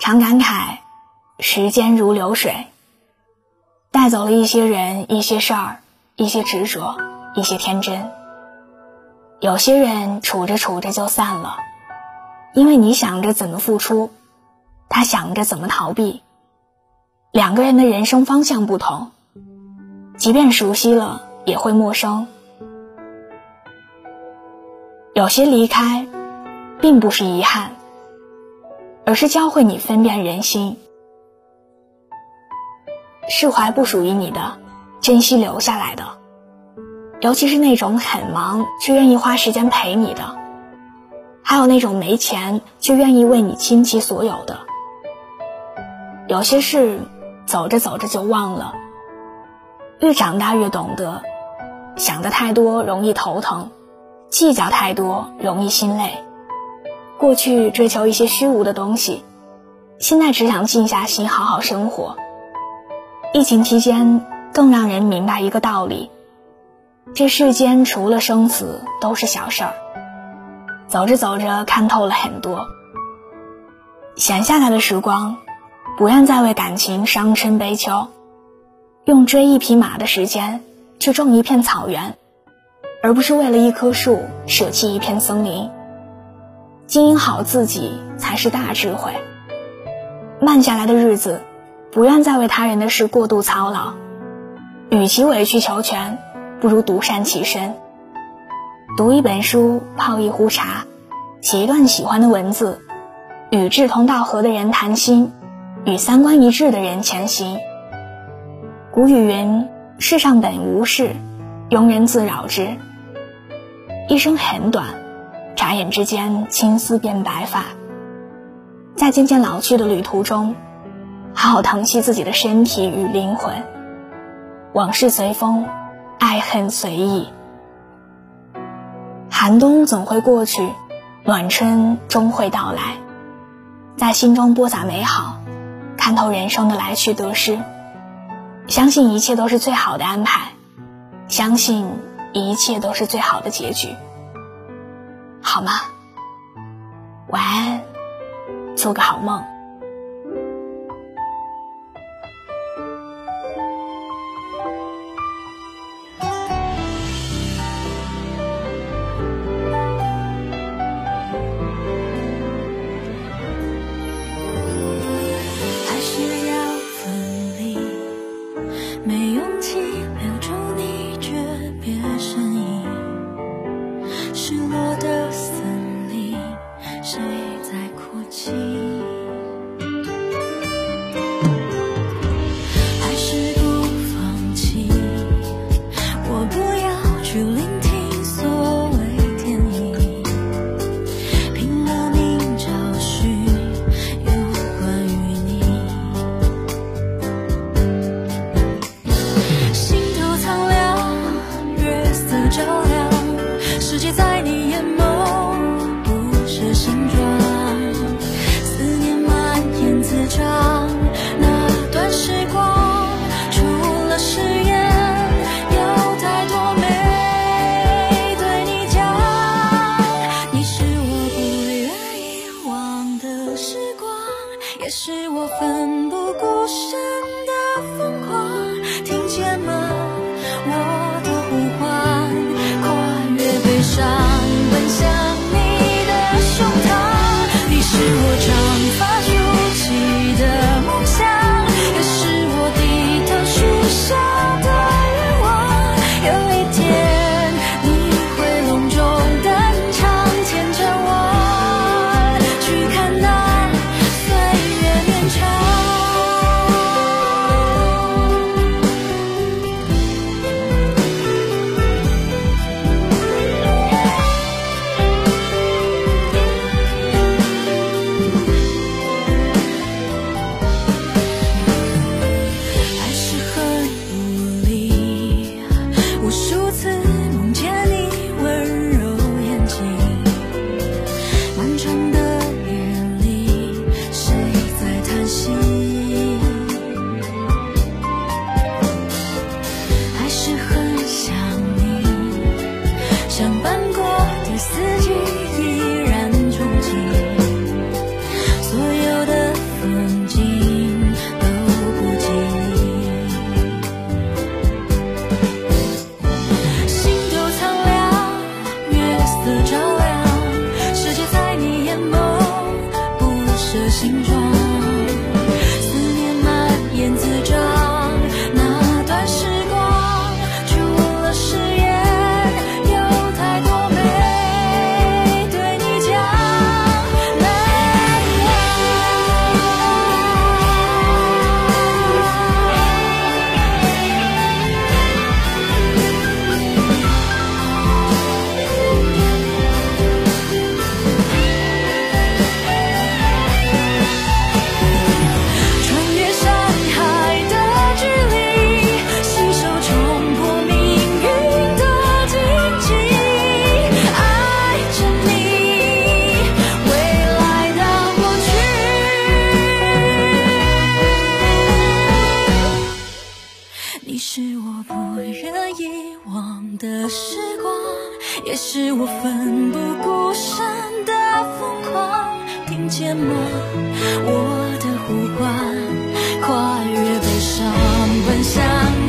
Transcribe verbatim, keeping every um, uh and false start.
常感慨时间如流水，带走了一些人，一些事儿，一些执着，一些天真。有些人处着处着就散了，因为你想着怎么付出，他想着怎么逃避。两个人的人生方向不同，即便熟悉了也会陌生。有些离开并不是遗憾，而是教会你分辨人心。释怀不属于你的，珍惜留下来的，尤其是那种很忙却愿意花时间陪你的，还有那种没钱却愿意为你倾其所有的。有些事走着走着就忘了，越长大越懂得，想得太多容易头疼，计较太多容易心累。过去追求一些虚无的东西，现在只想静下心好好生活。疫情期间更让人明白一个道理，这世间除了生死都是小事儿。走着走着看透了很多，闲下来的时光不愿再为感情伤春悲秋，用追一匹马的时间去种一片草原，而不是为了一棵树舍弃一片森林。经营好自己才是大智慧。慢下来的日子，不愿再为他人的事过度操劳，与其委曲求全，不如独善其身。读一本书，泡一壶茶，写一段喜欢的文字，与志同道合的人谈心，与三观一致的人前行。古语云，世上本无事，庸人自扰之。一生很短，眨眼之间青丝变白发。在渐渐老去的旅途中，好好疼惜自己的身体与灵魂。往事随风，爱恨随意。寒冬总会过去，暖春终会到来。在心中播撒美好，看透人生的来去得失，相信一切都是最好的安排，相信一切都是最好的结局，好吗？晚安，做个好梦。 没勇气留住你诀别身影，失落的森林，谁在哭泣？还是不放弃，我不要去聆听所谓天意，拼了命找寻有关于你。照亮世界，在你眼眸不是形状，思念蔓延滋长。那段时光除了誓言，有太多没对你讲。你是我不愿遗忘的时光，也是我奋不顾身的疯狂。听见吗？我的呼唤，跨越悲伤。 色照亮，世界在你眼眸，不设形状，思念蔓延滋长，那段时光除了誓言有太多没对你讲，难穿越山海的距离，携手冲破命运的荆棘，爱着你，未来到过去，你是我不愿遗忘的时光，也是我奋不顾身的疯狂，听见吗？我的呼唤，跨越悲伤，奔向